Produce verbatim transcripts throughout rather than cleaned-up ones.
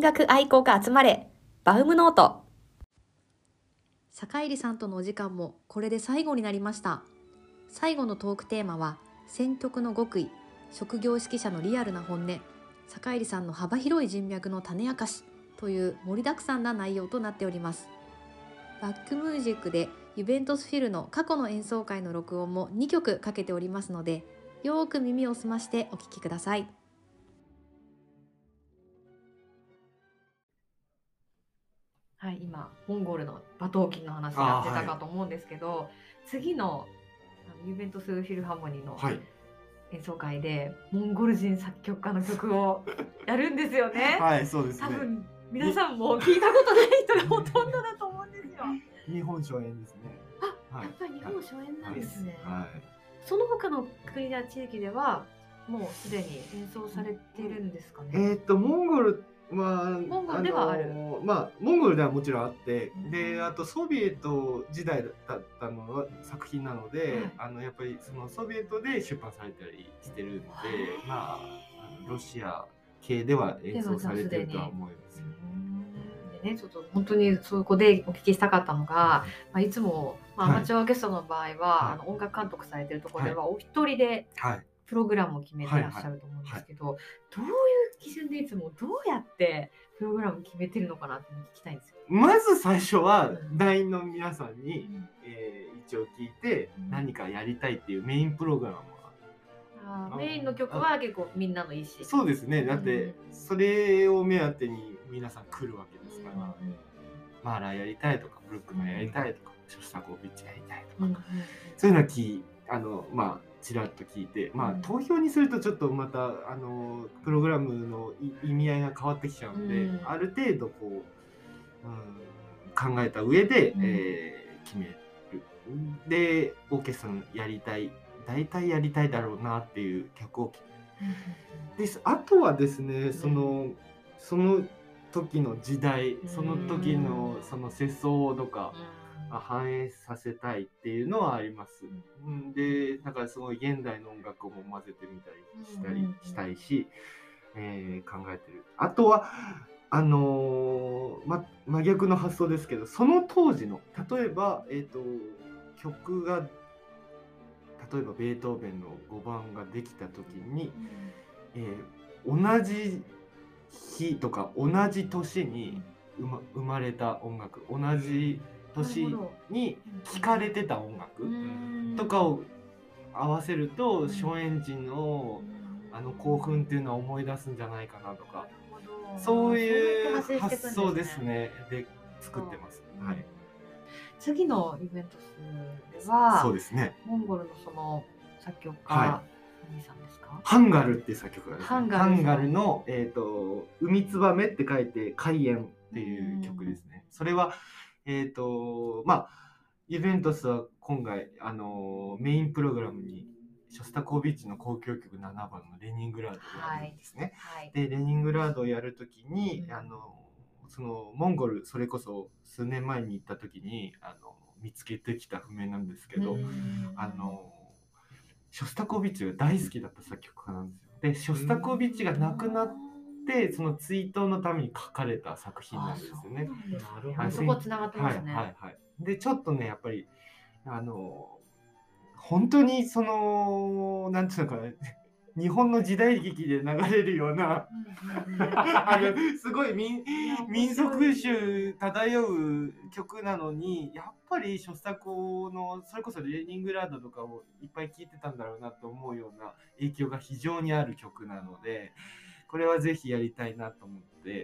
楽愛好家集まれバウムノート。坂入さんとのお時間もこれで最後になりました。最後のトークテーマは選曲の極意、職業指揮者のリアルな本音、坂入さんの幅広い人脈の種明かしという盛りだくさんな内容となっております。バックミュージックでユベントスフィルの過去の演奏会の録音もにきょくかけておりますので、よーく耳を澄ましてお聴きください。はい、今モンゴルの馬頭琴の話やってたかと思うんですけど、はい、次のユベントスフィルハーモニーの演奏会で、モンゴル人作曲家の曲をやるんですよね。 はい、そうですね。 多分皆さんも聞いたことない人がほとんどだと思うんですよ。 日本初演ですね。 あ、はい、やっぱり日本初演なんですね。 はいはい、 その他の国や地域ではもうすでに演奏されてるんですかね。 えー、っとモンゴルはモンゴルではある。 あのまあモンゴルではもちろんあって、うん、であとソビエト時代だったのは作品なので、はい、あのやっぱりそのソビエトで出版されたりしてるんで、まあロシア系では演奏されてるとは思います。 でね、ちょっと本当にそこでお聞きしたかったのが、まあ、いつも、まあ、アマチュアゲストの場合は、はい、あの音楽監督されてるところでは、はい、お一人でプログラムを決めてらっしゃると思うんですけど、はいはいはい、どういう基準でいつもどうやってプログラム決めてるのかなって聞きたいんですよ。 まず最初は団員の皆さんに、うんえー、一応聞いて何かやりたいっていうメインプログラムあメインの曲は結構みんなの意思。 そうですね。だってそれを目当てに皆さん来るわけですから、うん、マーラーやりたいとかブルックマンやりたいとか、うん、ショスタコービッチやりたいとか、うん、そういうのはきあのまあちらっと聞いて、まあ投票にするとちょっとまたあのプログラムの意味合いが変わってきちゃうんで、うん、ある程度こう、うん、考えた上で、うんえー、決める。でオーケストラのやりたい大体やりたいだろうなっていう曲をです。あとはですね、そのその時の時代、その時のその世相とか反映させたいっていうのはあります。で、だからすごい現代の音楽をも混ぜてみたりしたりしたいし、えー、考えてる。あとはあのー、ま真逆の発想ですけど、その当時の例えばえっと曲が例えばベートーベンのごばんができた時に、うんえー、同じ日とか同じ年に生 ま, 生まれた音楽、同じ年に聴かれてた音楽とかを合わせると、うん、初演時のあの興奮っていうのは思い出すんじゃないかなとか、うん、そういう発想ですね。で作ってます。はい。 次のイベントスではそうですね、 モンゴルのその作曲家、 はい、 何さんですか？ ハンガルっていう作曲家です、ね、 ハンガル、 ハンガルの、えーと、海つばめって書いて海縁っていう曲ですね。それはえっ、ー、とまあイベントスは今回あのメインプログラムにショスタコービッチの交響曲ななばんのレニングラードをやるんですね、はいはい、でレニングラードをやるときに、うん、あのそのモンゴル、それこそ数年前に行った時にあの見つけてきた譜面なんですけど、あのショスタコービッチが大好きだった作曲家なんですよ。でショスタコービッチが亡くなってその追悼のために書かれた作品なんですよね。 なるほど、そこつながってますね。 はいはいはい。でちょっとねやっぱりあの本当にそのなんていうのかな日本の時代劇で流れるようなあのすごい 民, 民族臭漂う曲なのに、やっぱりショスタコのそれこそレニングラードとかをいっぱい聴いてたんだろうなと思うような影響が非常にある曲なので、これはぜひやりたいなと思って、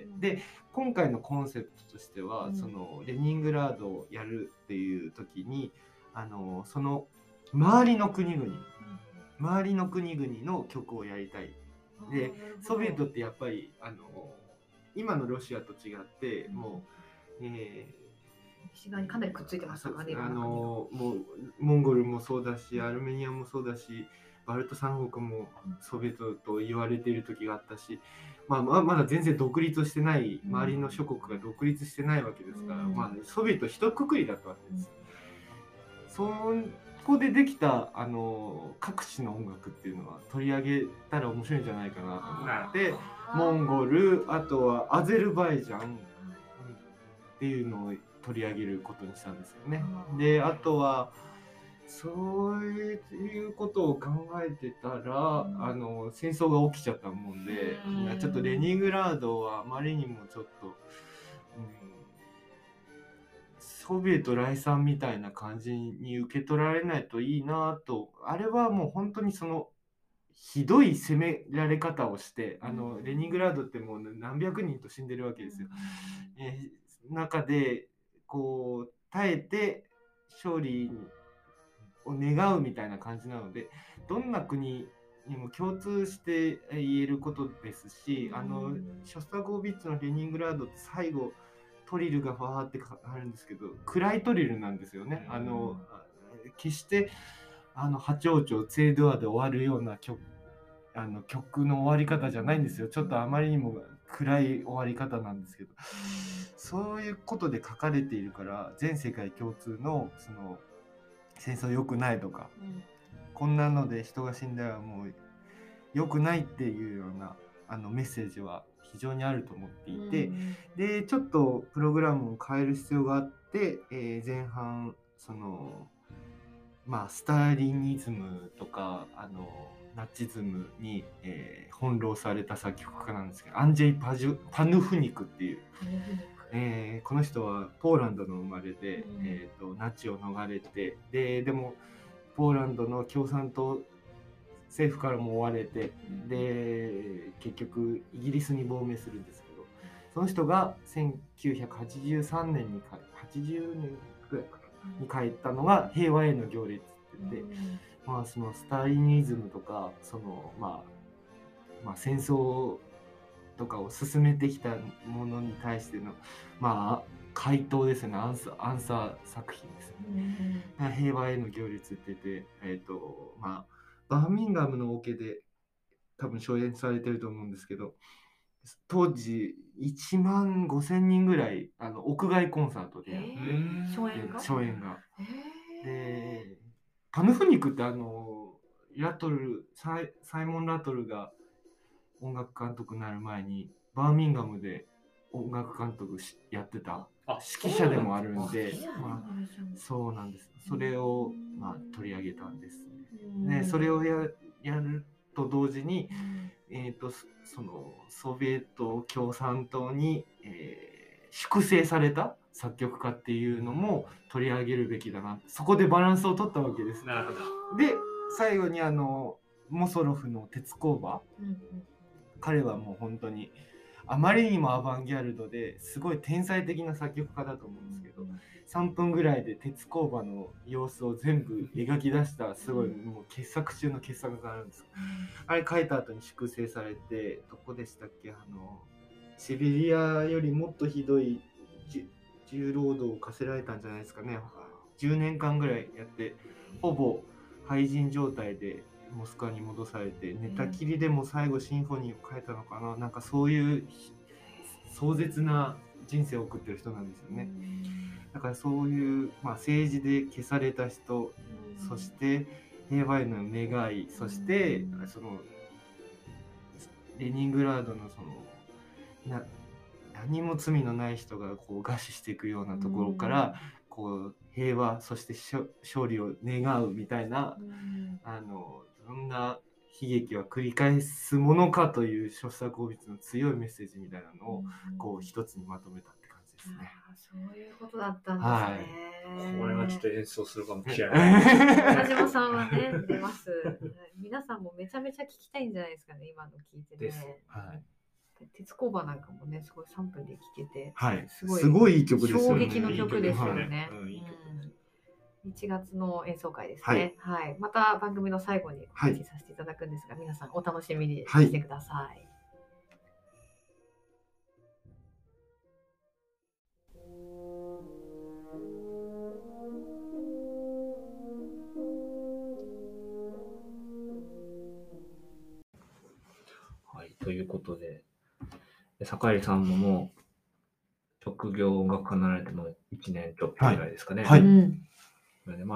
で今回のコンセプトとしては、そのレニングラードをやるっていう時にあのその周りの国々周りの国々の曲をやりたい。でソビエトってやっぱりあの今のロシアと違ってもう、えー、西側にかなりくっついてましたからね。 あのもうモンゴルもそうだし、アルメニアもそうだし、バルト三国もソビエトと言われている時があったし、まあ、まだ全然独立してない、周りの諸国が独立してないわけですから、まあ、ソビエト一括りだったわけです。そこでできたあの各地の音楽っていうのは取り上げたら面白いんじゃないかなと思ってモンゴルあとはアゼルバイジャン、うん、っていうのを取り上げることにしたんですよね。であとはそういうことを考えてたら、うん、あの戦争が起きちゃったもんで、うん、ちょっとレニングラードはあまりにもちょっと、うん、ソビエト来賛みたいな感じに受け取られないといいなと。あれはもう本当にそのひどい攻められ方をして、あのレニングラードってもう何百人と死んでるわけですよ。うん、えー、中でこう耐えて勝利を願うみたいな感じなので、どんな国にも共通して言えることですし、あのショスタコーヴィッチのレニングラードって最後トリルがファーってあるんですけど、暗いトリルなんですよね。あの決してあの波長長ツェードアで終わるような曲あの曲の終わり方じゃないんですよ。ちょっとあまりにも暗い終わり方なんですけど、そういうことで書かれているから全世界共通のその戦争良くないとか、うん、こんなので人が死んだらもう良くないっていうようなあのメッセージは非常にあると思っていて、うん、でちょっとプログラムを変える必要があって、えー、前半そのまあスターリニズムとかあのナチズムに、えー、翻弄された作曲家なんですけど、アンジェイ・パジュパヌフニクっていう、えー、この人はポーランドの生まれで、うん、えーと、ナチを逃れて、ででもポーランドの共産党政府からも追われて、うん、で結局イギリスに亡命するんですけど、その人がせんきゅうひゃくはちじゅうさんねんにはちじゅうねんくらいかなに書いたのが平和への行列って言って、うん、まあそのスターリニズムとかその、まあ、まあ戦争とかを進めてきたものに対してのまあ回答ですね。アンサー、アンサー作品ですね、うん、平和への行列って言って、えーとまあ、バーミンガムのオケで多分上演されてると思うんですけど、当時いちまんごせんにんぐらいあの屋外コンサートでやって、 初演が初演がでパヌフニクってあのラトルサイ、サイモン・ラトルが音楽監督になる前にバーミンガムで音楽監督やってた指揮者でもあるんで、まあ、そうなんです。それを、まあ、取り上げたんですね。でそれを や, やると同時に、えーと、そのソビエト共産党に、えー、粛清された作曲家っていうのも取り上げるべきだな、そこでバランスを取ったわけです。 なるほど。 で最後にあのモソロフの鉄工場、うんうん、彼はもう本当にあまりにもアバンギャルドですごい天才的な作曲家だと思うんですけど、さんぷんぐらいで鉄工場の様子を全部描き出したすごいもう傑作中の傑作があるんです。あれ書いた後に粛清されて、どこでしたっけ、あのシベリアよりもっとひどい重労働を課せられたんじゃないですかね。じゅうねんかんぐらいやってほぼ廃人状態でモスクワに戻されて、寝たきりでも最後シンフォニーを書いたのかな、なんかそういう壮絶な人生を送ってる人なんですよね。だからそういう、まあ、政治で消された人、そして平和への願い、そしてそのレニングラードのそのな何も罪のない人がこう餓死していくようなところからこう平和、そして勝利を願うみたいな、あのどんな悲劇は繰り返すものかというショスタコーヴィッチの強いメッセージみたいなのをこう一つにまとめたって感じですね。 そういうことだったんですね。はい、 これはちょっと演奏するかもしれない。 中島さんはね出ます。皆さんもめちゃめちゃ聞きたいんじゃないですかね、今の聞いてね。はい、鉄工場なんかもねすごいさんぷんで聴けて、 はい、すごいすごいいい曲ですよね。 衝撃の曲ですよね。いちがつの演奏会ですね、はいはい、また番組の最後にお話しさせていただくんですが、はい、皆さんお楽しみにしてください。 はい、ということで坂井さんももう職業が離れてもいちねんちょっとぐらいですかね。はい。はい、でまあ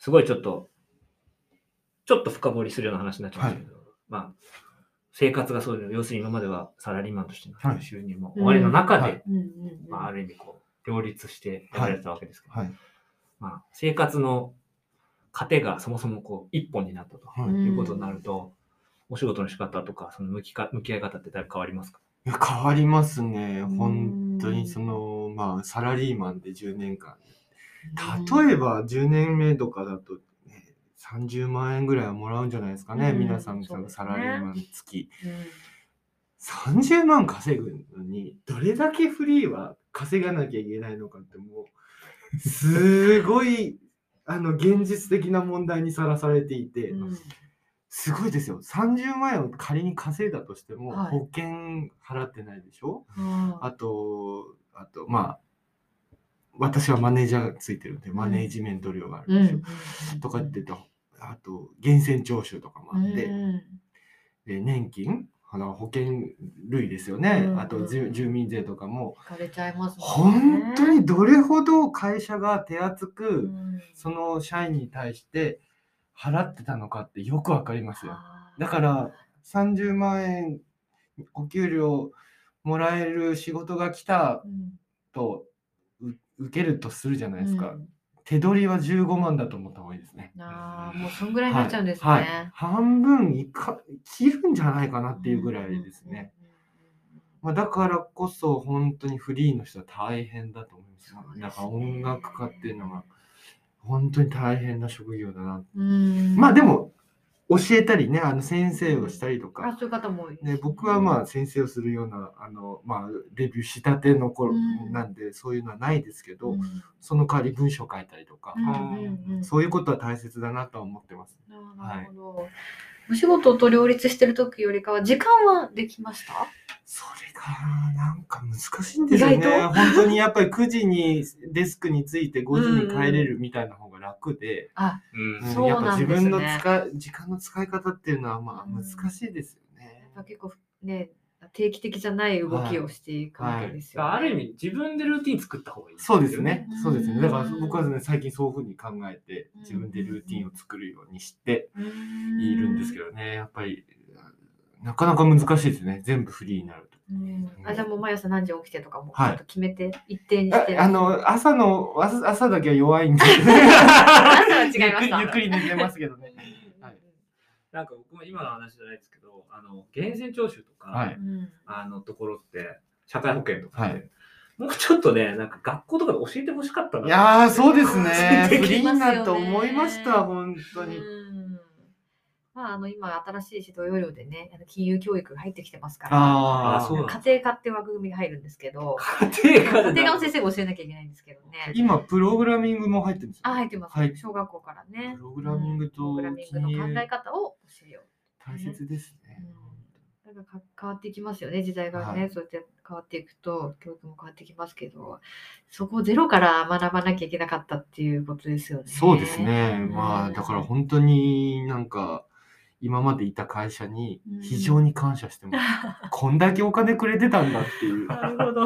すごいちょっと、ちょっと深掘りするような話になっちゃうんですけど、はい、まあ、生活がそういう、要するに今まではサラリーマンとしての収入も終わりの中で、はい、まあ、ある意味こう、両立してやられてたわけですけど、はいはい、まあ、生活の糧がそもそもこう、一本になったということになると、お仕事の仕方とか、その向きか、向き合い方ってだいぶ変わりますか？ いや、変わりますね。本当にその、まあ、サラリーマンでじゅうねんかん。例えばじゅうねんめとかだと、ね、さんじゅうまんえんぐらいはもらうんじゃないですかね。皆さん、サラリーマン月。さんじゅうまん稼ぐのに、どれだけフリーは稼がなきゃいけないのかって、もう、すごい、あの、現実的な問題にさらされていて、うん、すごいですよ。さんじゅうまんえんを仮に稼いだとしても、はい、保険払ってないでしょ、うん、あと、あと、まあ、私はマネージャーがついてるんで、マネージメント料があるでしょ、うん、とかって言うと、あと、源泉徴収とかもあって、うん、で年金あの保険類ですよね、うん、あと住民税とかも引かれちゃいますね。 本当にどれほど会社が手厚く、うん、その社員に対して払ってたのかってよくわかりますよ。だからさんじゅうまんえんお給料もらえる仕事が来たと、うん、受けるとするじゃないですか、うん、手取りはじゅうごまんだと思った方がいいですね。 ああ、もうそんぐらいになっちゃうんですね。 はいはい、半分いか切るんじゃないかなっていうぐらいですね。まあ、だからこそ本当にフリーの人は大変だと思います。すね、だから音楽家っていうのは本当に大変な職業だな。うんまあでも教えたりね、あの先生をしたりとか、 あ、そういう方も多いですね。 僕はまあ先生をするようなあの、まあ、レビューしたての頃なんで、うん、そういうのはないですけど、うん、その代わり文章書いたりとか、うん、そういうことは大切だなとは思ってます。 なるほど。はい、お仕事と両立してる時よりかは時間はできました？ それがなんか難しいんですよね。本当にやっぱりくじにデスクに着いてごじに帰れるみたいな方が楽で、 あ、 うん、やっぱ自分の使時間の使い方っていうのはまあ難しいですよね。 うん、結構ね、定期的じゃない動きをしていくわけですよね。 はいはい、ある意味自分でルーティン作った方がいいですよね。そうですね。そうですね。だから僕はね、最近そういうふうに考えて自分でルーティンを作るようにしているんですけどね。やっぱりなかなか難しいですね。全部フリーになると。 うんあ、じゃあもう毎朝何時起きてとかもちょっと決めて、はい、一定にしてあの朝の朝、朝だけは弱いんで朝は違いますゆっくり寝てますけどね。はい、 なんか僕も今の話じゃないですけど、あの源泉徴収とか、はい、あのところって社会保険とかで、はい、もうちょっとね、なんか学校とかで教えてほしかったな。 いやーそうですね。フリーになると思いました本当に。 まあ、あの今新しい指導要領でね、金融教育が入ってきてますから、 あそう家庭科って枠組みが入るんですけど、 家庭科家庭科の先生が教えなきゃいけないんですけどね。 今プログラミングも入ってるんですか？ あ、入ってます、はい。小学校からね。 プログラミングとプログラミングの考え方を教えよう。 大切ですね。 うん、なんか変わっていきますよね、時代がね、はい、そうやって変わっていくと教育も変わってきますけど、そこをゼロから学ばなきゃいけなかったっていうことですよね。 そうですね。まあだから本当になんか今までいた会社に非常に感謝してます。うん、こんだけお金くれてたんだっていう。 なるほど。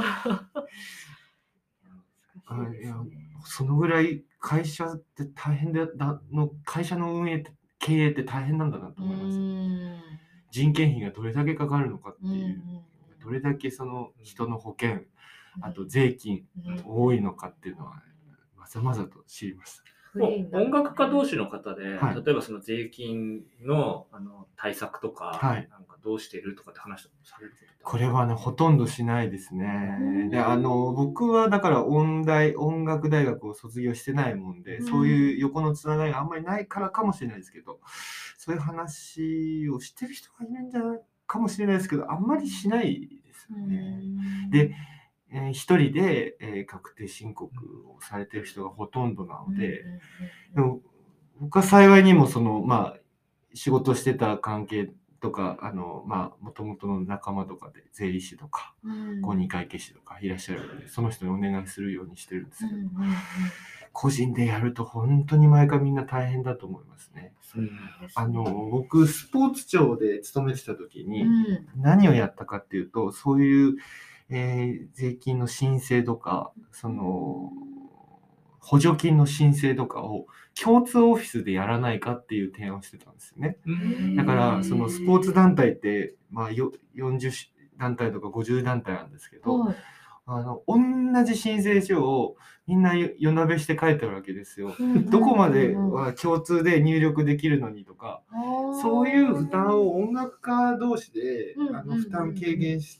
難しいですね。そのぐらい会社って大変だの会社の運営って経営って大変なんだなと思います。人件費がどれだけかかるのかっていう、どれだけその人の保険、あと税金多いのかっていうのはまざまざと知りました。 音楽家同士の方で、はい、例えばその税金 の, あの対策とか、はい、なんかどうしてるとかって話とかされることってこれはねほとんどしないですね。であの僕はだから音大音楽大学を卒業してないもんで、そういう横のつながりがあんまりないからかもしれないですけど、そういう話をしてる人がいるんじゃないかもしれないですけど、あんまりしないですよね。でえー、一人で、えー、確定申告をされている人がほとんどなので、でも僕は幸いにもそのまあ仕事してた関係とかあのまあ元々の仲間とかで税理士とか公認会計士とかいらっしゃるので、その人にお願いするようにしてるんですけど、個人でやると本当に毎回みんな大変だと思いますね。うん、あの僕スポーツ庁で勤めてた時に何をやったかっていうと、そういうえー、税金の申請とかその補助金の申請とかを共通オフィスでやらないかっていう提案をしてたんですよね。だからそのスポーツ団体って、まあ、よよんじゅう団体とかごじゅう団体なんですけど、はい、あの同じ申請書をみんな夜なべして書いてるわけですよ。どこまでは共通で入力できるのにとか、そういう負担を音楽家同士であの負担軽減して、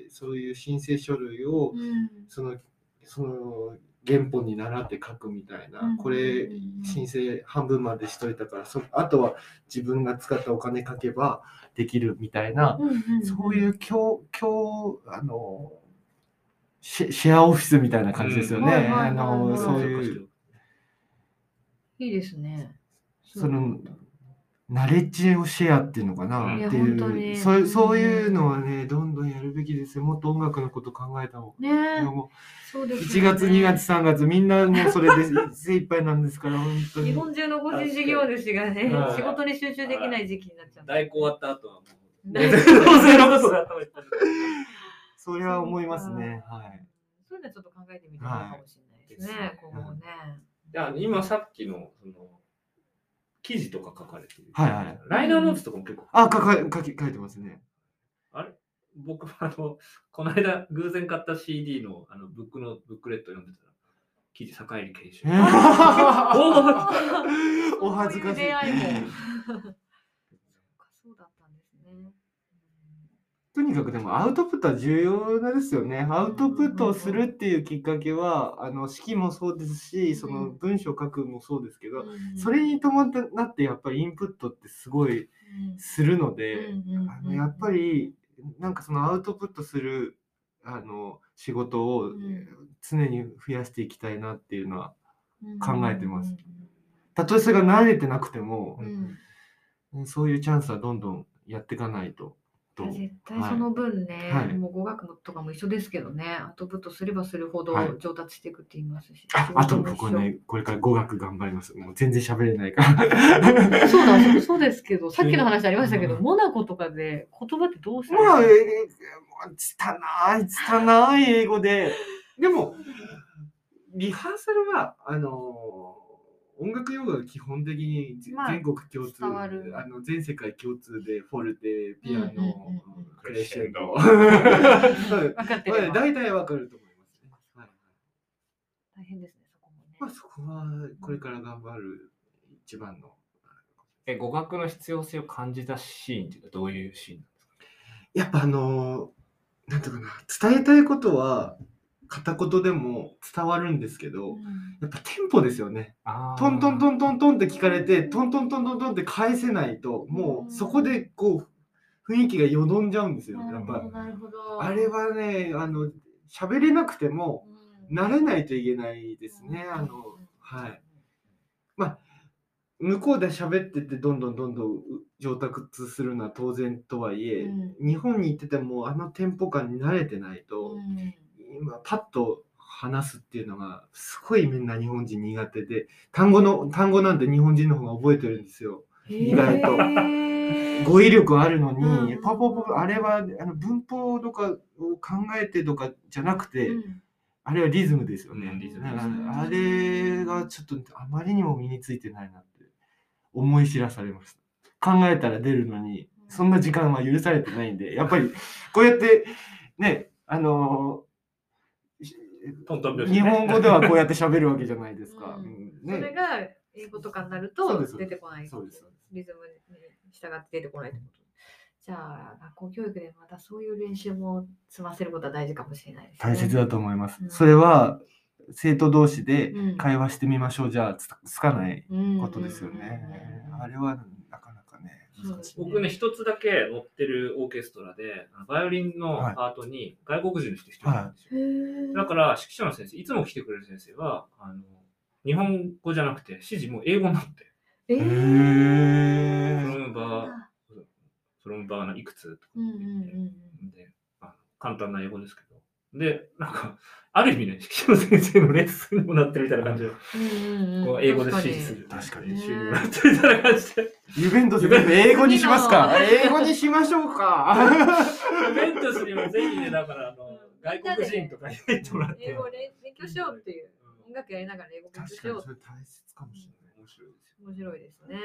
そういう申請書類をそのその原本に習って書くみたいな、これ申請半分までしといたから、そあとは自分が使ったお金書けばできるみたいな、そういう共共あのシェアオフィスみたいな感じですよね。あのそういういいですね。 そのナレッジをシェアっていうのかなっていう、そういうそういうのはね、どんどんやるべきですよ。もっと音楽のこと考えた方が。ね、もうそうですね、いちがつにがつさんがつみんなもうそれで精一杯なんですから本当に。 日本中の個人事業主がね、仕事に集中できない時期になっちゃう。 代行終わった後はもう大勢のことが頭いっぱい。 それは思いますね。はい。 そういうのはちょっと考えてみるのかもしれないですね。今後ね。 いや今さっきのその記事とか書かれてる。 はいはい。 ライナーノーツとかも結構。 あ、書か書き書いてますね。 あれ僕はあのこの間偶然買った シーディー のあのブックのブックレット読んでたら記事坂入研修。 お恥ずかしい。出会いも。 そうだったんですね。 とにかくでもアウトプットは重要ですよね。アウトプットをするっていうきっかけは、あの式もそうですし、その文章を書くもそうですけど、それに伴ってやっぱりインプットってすごいするので、あのやっぱりなんかそのアウトプットするあの仕事を常に増やしていきたいなっていうのは考えてます。たとえそれが慣れてなくても、そういうチャンスはどんどんやっていかないと。 絶対その分ね、はい、もう語学とかも一緒ですけどね、アウトプットすればするほど上達していくって言いますし、 はい、あ, あと僕ね、これから語学頑張ります。もう全然喋れないからそうだ、そうですけど、さっきの話ありましたけど、うん、モナコとかで言葉ってどうしたらいいですか？ まあ、つたないつたない英語で、でもリハーサルはあの音楽用語が基本的に全国共通、まあ、あの全世界共通でフォルテ、ピアノ、クレッシェンド大体わかると思いますね。はい、 大変ですね、そこもね。 まあ、そこはこれから頑張る一番の。 え、語学の必要性を感じたシーンっていうのはどういうシーンなんですか？ やっぱあのなんていうかな、伝えたいことは片言でも伝わるんですけど、うん、やっぱテンポですよね。トントントントントンって聞かれて、トントントントントンって返せないと、もうそこでこう雰囲気がよどんじゃうんですよ。やっぱあれはね、あの喋れなくても慣れないといけないですね。あのはい。まあ向こうで喋っててどんどんどんどん上達するのは当然とはいえ、うん、日本に行っててもあのテンポ感に慣れてないと。うん、今パッと話すっていうのがすごいみんな日本人苦手で、単語の単語なんて日本人の方が覚えてるんですよ。意外と語彙力あるのに、パポポあれはあの文法とかを考えてとかじゃなくて、うん、あれはリズムですよね。リズム。あれがちょっとあまりにも身についてないなって思い知らされました。考えたら出るのにそんな時間は許されてないんで、やっぱりこうやってね、あの日本語ではこうやって喋るわけじゃないですか。 うんね、それが英語とかになると出てこない。そうです。リズムに従って出てこないってこと。じゃあ学校教育でまたそういう練習も積ませることは大事かもしれないですね。 大切だと思います。うん、それは生徒同士で会話してみましょう、うん、じゃあつつかないことですよね。あれはなかなかね。 僕ね、一つだけ乗ってるオーケストラでバイオリンのパートに外国人の人一人いるんですよ、はい、だから指揮者の先生、いつも来てくれる先生はあの日本語じゃなくて指示も英語になって、 えー、 フロムバーフロムバーのいくつとか言って、うんうんうん、であ簡単な英語ですけど、でなんかある意味ね、指揮者の先生のレッスンにもなってるみたいな感じで、うんうん、こう英語で指示する確かに練習になってるみたいな感じで、 ユベントス全部英語にしますか？英語にしましょうか。 ユベントスにもぜひね、だからあの外国人とか入れてもらって英語を勉強しようっていう音楽やりながら英語勉強しよう。 確かにそれ大切かもしれない。面白いですよ。 面白いですね。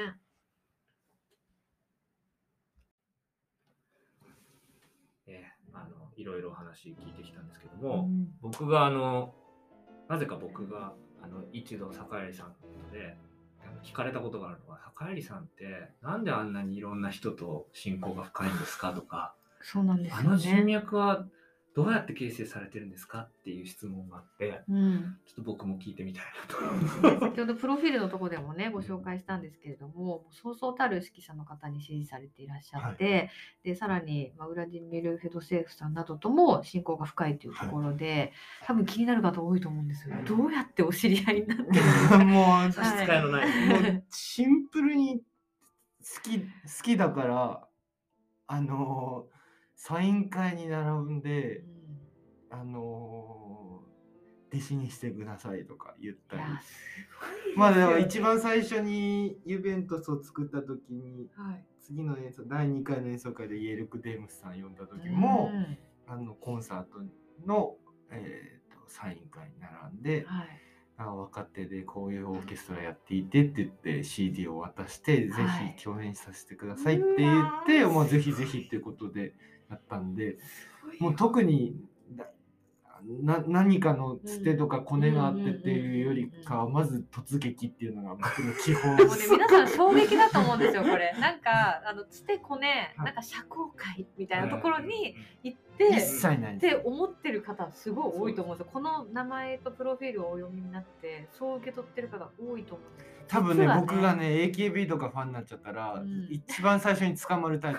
えー、あのいろいろお話聞いてきたんですけども、 うん、 僕があのなぜか僕があの一度坂入さんで聞かれたことがあるのは、坂入さんってなんであんなにいろんな人と親交が深いんですかとか、 そうなんですよね。 あの人脈はどうやって形成されてるんですかっていう質問があって、うん、ちょっと僕も聞いてみたいなと。 先ほどプロフィールのところでもねご紹介したんですけれども、そうそうたる指揮者の方に支持されていらっしゃって、はい、でさらに、まあ、ウラジミル・フェドセーフさんなどとも親交が深いというところで、はい、多分気になる方多いと思うんですよ。どうやってお知り合いになってるんですか？ もう差し支えのない、 はい、もうシンプルに好き好きだからあのサイン会に並んで、うん、あの弟子にしてくださいとか言ったり、まあだから一番最初にユベントスを作った時に、はい、次の演奏だいにかいの演奏会でイエルク・デームスさん呼んだ時も、うん、あのコンサートの、えー、とサイン会に並んで、はい、あ若手でこういうオーケストラやっていてって言って、 シーディー を渡して、はい、ぜひ共演させてくださいって言って、もうぜひぜひっていうことでやったんで、もう特にな何かのつてとかコネがあってっていうよりかは、まず突撃っていうのが僕の基本。 もうね、皆さん衝撃だと思うんですよこれ。なんかあのつてコネ、なんか社交界みたいなところに行って、 一切ないって思ってる方すごい多いと思うんですよ。この名前とプロフィールをお読みになってそう受け取ってる方多いと思うんですよ。 多分ね、僕がね エーケービー とかファンになっちゃったら、うん、一番最初に捕まるタイプ。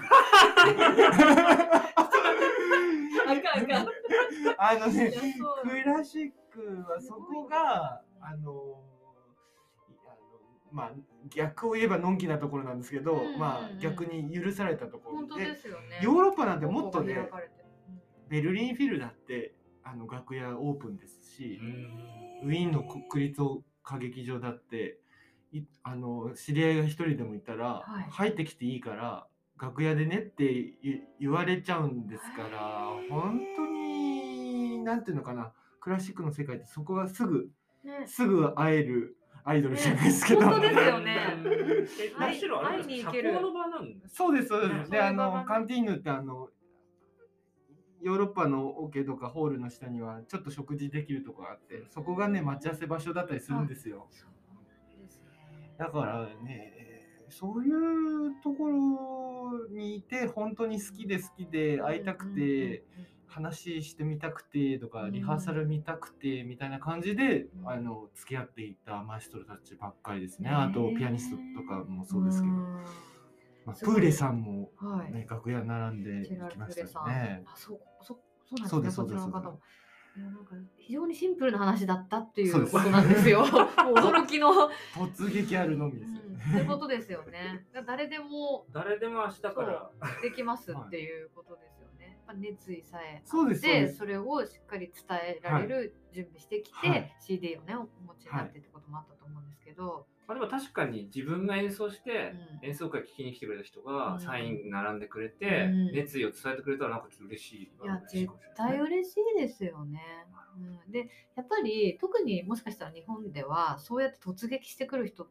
あのね、クラシックはそこがあのまあ逆を言えばのんきなところなんですけど、うんうんうん、まあ逆に許されたところで、 本当ですよね、 ヨーロッパなんてもっとね、うん、ベルリンフィルだってあの楽屋オープンですし、ウィーンの国立歌劇場だってあの知り合いが一人でもいたら、はい、入ってきていいから楽屋でねって言われちゃうんですから、本当になんていうのかな、クラシックの世界ってそこがすぐ、ね、すぐ会えるアイドルじゃないですけど、 ね、本当ですよね。 むしろ会いに行ける社交の場なんです。 そうですそうです。で、あのカンティーヌってあのヨーロッパのオケとかホールの下にはちょっと食事できるとこがあって、そこがね待ち合わせ場所だったりするんですよ。だからね、そういうところにいて本当に好きで好きで会いたくて、話してみたくてとかリハーサル見たくてみたいな感じで、あの付き合っていたマエストロたちばっかりですね。あとピアニストとかもそうですけど、まあ、プーレさんも、ね、はい、楽屋並んで行きましたよね。 あ、そう、そ、そうなんですね。こちらの方も。なんか非常にシンプルな話だったっていうことなんですよ。もう驚きの突撃あるのみですよね。 うん、ってことですよね。誰でも誰でも明日からできますっていうことですよね。はい、熱意さえあって、 そうですそうです、 それをしっかり伝えられる準備してきて、はい、シーディー をねお持ちになってってこともあったと思うんですけど。 まあ、でも確かに自分が演奏して、うん、演奏会聞きに来てくれた人がサイン並んでくれて、うん、熱意を伝えてくれたらなんかちょっと嬉しい。いや絶対嬉しいですよね。うん、でやっぱり特にもしかしたら日本ではそうやって突撃してくる人って、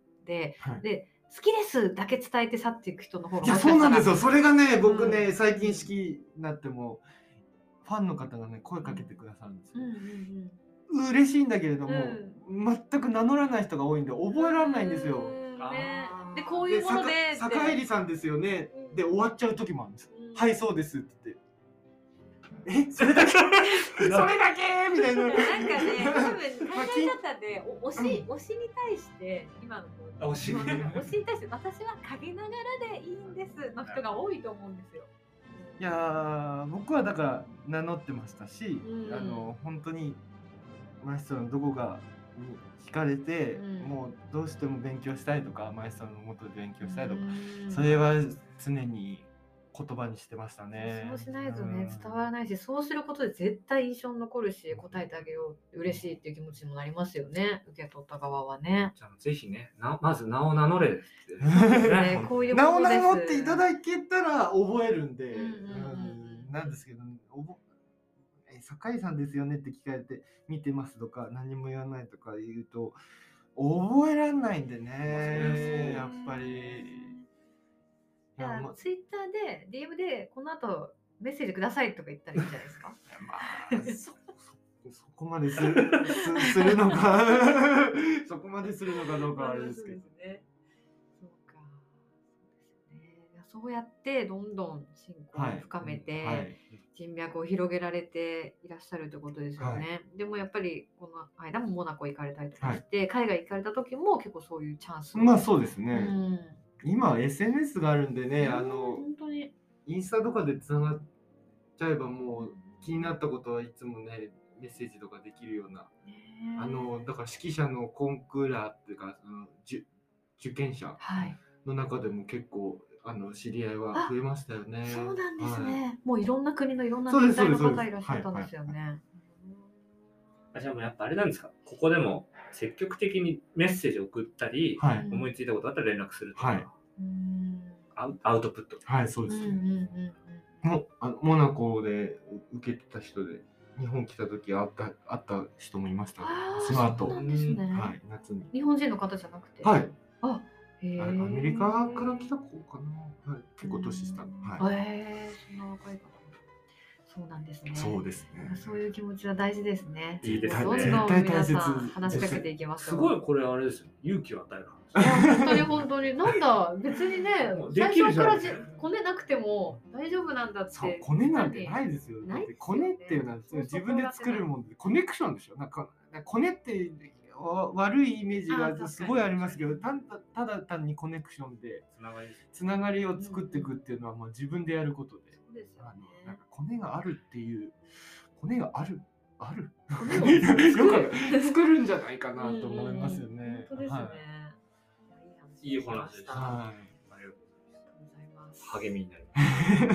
はい、で好きですだけ伝えて去っていく人の方が、 いやそうなんですよ。それがね僕ね、うん、最近好きになってもファンの方がね声かけてくださるんですよ。うんうんうん、嬉しいんだけれども、うん、全く名乗らない人が多いんで覚えられないんですよ。 ね、でこういうもので坂入さんですよね、うん、で終わっちゃう時もあるんです、うん、はいそうですって言ってえそれだけそれだけみたいな。なんかね多分考え方で推し、うん、推しに対して今の推し推しに対して私は陰ながらでいいんですの人が多いと思うんですよ。 いや僕はだから名乗ってましたし、うん、あの本当にマエストロのどこがに惹かれて、うん、もうどうしても勉強したいとかマエストロの元で勉強したいとか、うん、それは常に言葉にしてましたね。 そうしないとね、うん、伝わらないし、そうすることで絶対印象に残るし、答えてあげよう嬉しいっていう気持ちにもなりますよね、受け取った側はね。 じゃあぜひね、なまず名を名乗れって、 ね、こういう名を名乗っていただけたら覚えるんで、うんうんうん、なんですけど、 え酒井さんですよねって聞かれて見てますとか何も言わないとか言うと覚えらんないんでね、やっぱり。 いや、まあ、ツイッターで ディーエム でこの後メッセージくださいとか言ったらいいんじゃないですか。 まあそ, そ, そこまでするすするのかそこまでするのかどうかはあれですけど。 そうですね。そうか。そうですよね。いや、そうやってどんどん親交を深めて、はいはい、人脈を広げられていらっしゃるってことですよね。はい、でもやっぱりこの間もモナコ行かれたりとかして、はい、海外行かれた時も結構そういうチャンス。 まあそうですね。 うん、 今は エスエヌエス があるんでね、あの本当にインスタとかでつながっちゃえばもう気になったことはいつもねメッセージとかできるような、あのだから指揮者のコンクーラーっていうかその受験者の中でも結構あの知り合いは増えましたよね。 そうなんですね、はい、もういろんな国のいろんな年代の方いらっしゃったんですよね。 じゃあもうやっぱあれなんですか、ここでも積極的にメッセージを送ったり、はい、思いついたことあったら連絡するとか、はい、うんアウトプット。 はい、そうです。もあのモナコで受けてた人で日本来た時会った会った人もいましたね。その後、 そうなんですね。 はい、夏に。 日本人の方じゃなくて。 はい。 あ、へえ。 アメリカから来た子かな。はい、結構年下の。 はい。へえ、そんな若い方。そうなんですね。 そうですね。 そういう気持ちは大事ですね。 いいですね。 どんどん皆さん話しかけていきます。 すごいこれあれですよ。勇気を与える話。いや本当に本当になんだ別にね最初からじコネなくても大丈夫なんだって。 そうコネなんてないですよ。だってコネっていうのは自分で作るもんでコネクションでしょ。なんかコネって悪いイメージがすごいありますけど、ただただ単にコネクションでつながりつながりを作っていくっていうのはもう自分でやることで。 そうですよね。 あのなんかコネがあるっていうコネがあるあるよく作るんじゃないかなと思いますよね。 本当ですね。 いい話でした。 ありがとうございます。 励みになります。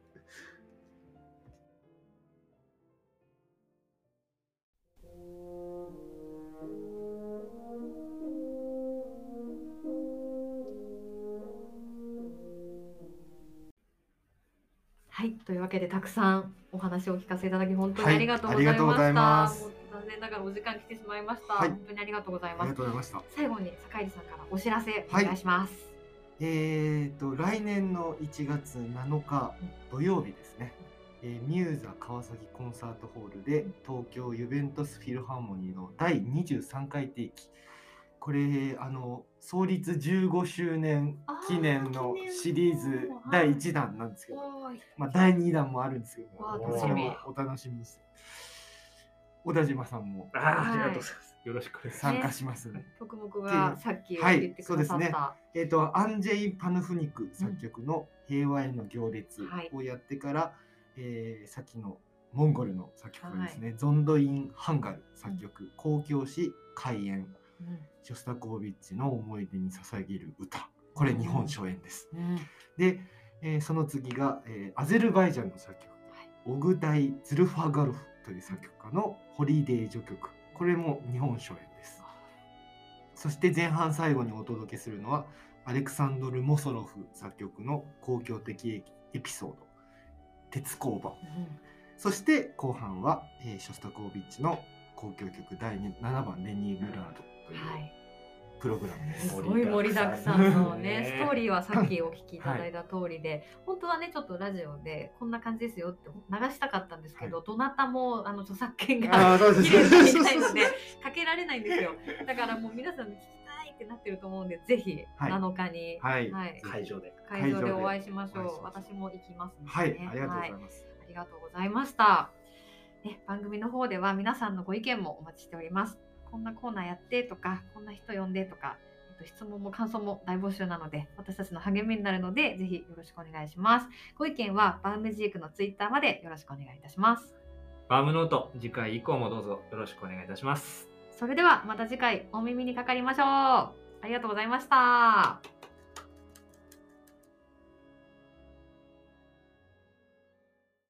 はい、というわけでたくさんお話をお聞かせいただき本当にありがとうございました。はい、ますもう残念ながらお時間来てしまいました。はい、本当にありがとうございます。 ありがとうございました。 最後に坂入さんからお知らせお願いします。はい、 えっと来年のいちがつなのか土曜日ですね。うん、えー、ミューザ川崎コンサートホールで東京ユベントスフィルハーモニーのだいにじゅうさんかい定期。これあの創立じゅうごしゅうねん記念のシリーズだいいちだんなんですけど、まあだいにだんもあるんですけど、それもお楽しみにして、小田島さんもありがとうございます。よろしく参加しますね。 曲目がさっき言ってくださった、はい、そうですね。 えっとアンジェイ・パヌフニク作曲の平和への行列をやってから、はい、えー、さっきのモンゴルの作曲ですね、はい、ゾンドイン・ハンガル作曲、交響詩開演。うん、ショスタコービッチの思い出に捧げる歌、これ日本初演です。うん、で、えー、その次が、えー、アゼルバイジャンの作曲、はい、オグダイ・ズルファガルフという作曲家のホリデー序曲、これも日本初演です。そして前半最後にお届けするのはアレクサンドル・モソロフ作曲の交響的エピソード鉄工場、うん、そして後半は、えー、ショスタコービッチの交響曲だいななばんレニーグラードというプログラムです。 すごい盛りだくさんのねストーリーはさっきお聞きいただいた通りで、はい、本当はねちょっとラジオでこんな感じですよって流したかったんですけど、はい、どなたもあの著作権が切れていないのでかけられないんですよ。だからもう皆さん聞きたいってなってると思うんで、ぜひなのかに、 はいはい、 会場で会場でお会いしましょう。私も行きますので、ね、 はい、ありがとうございます。 はい、ありがとうございました。ね、番組の方では皆さんのご意見もお待ちしております。こんなコーナーやってとか、こんな人呼んでとか、えっと、質問も感想も大募集なので、私たちの励みになるので、ぜひよろしくお願いします。ご意見はバウムジークのツイッターまでよろしくお願いいたします。 バウムノート、次回以降もどうぞよろしくお願いいたします。 それではまた次回お耳にかかりましょう。ありがとうございました。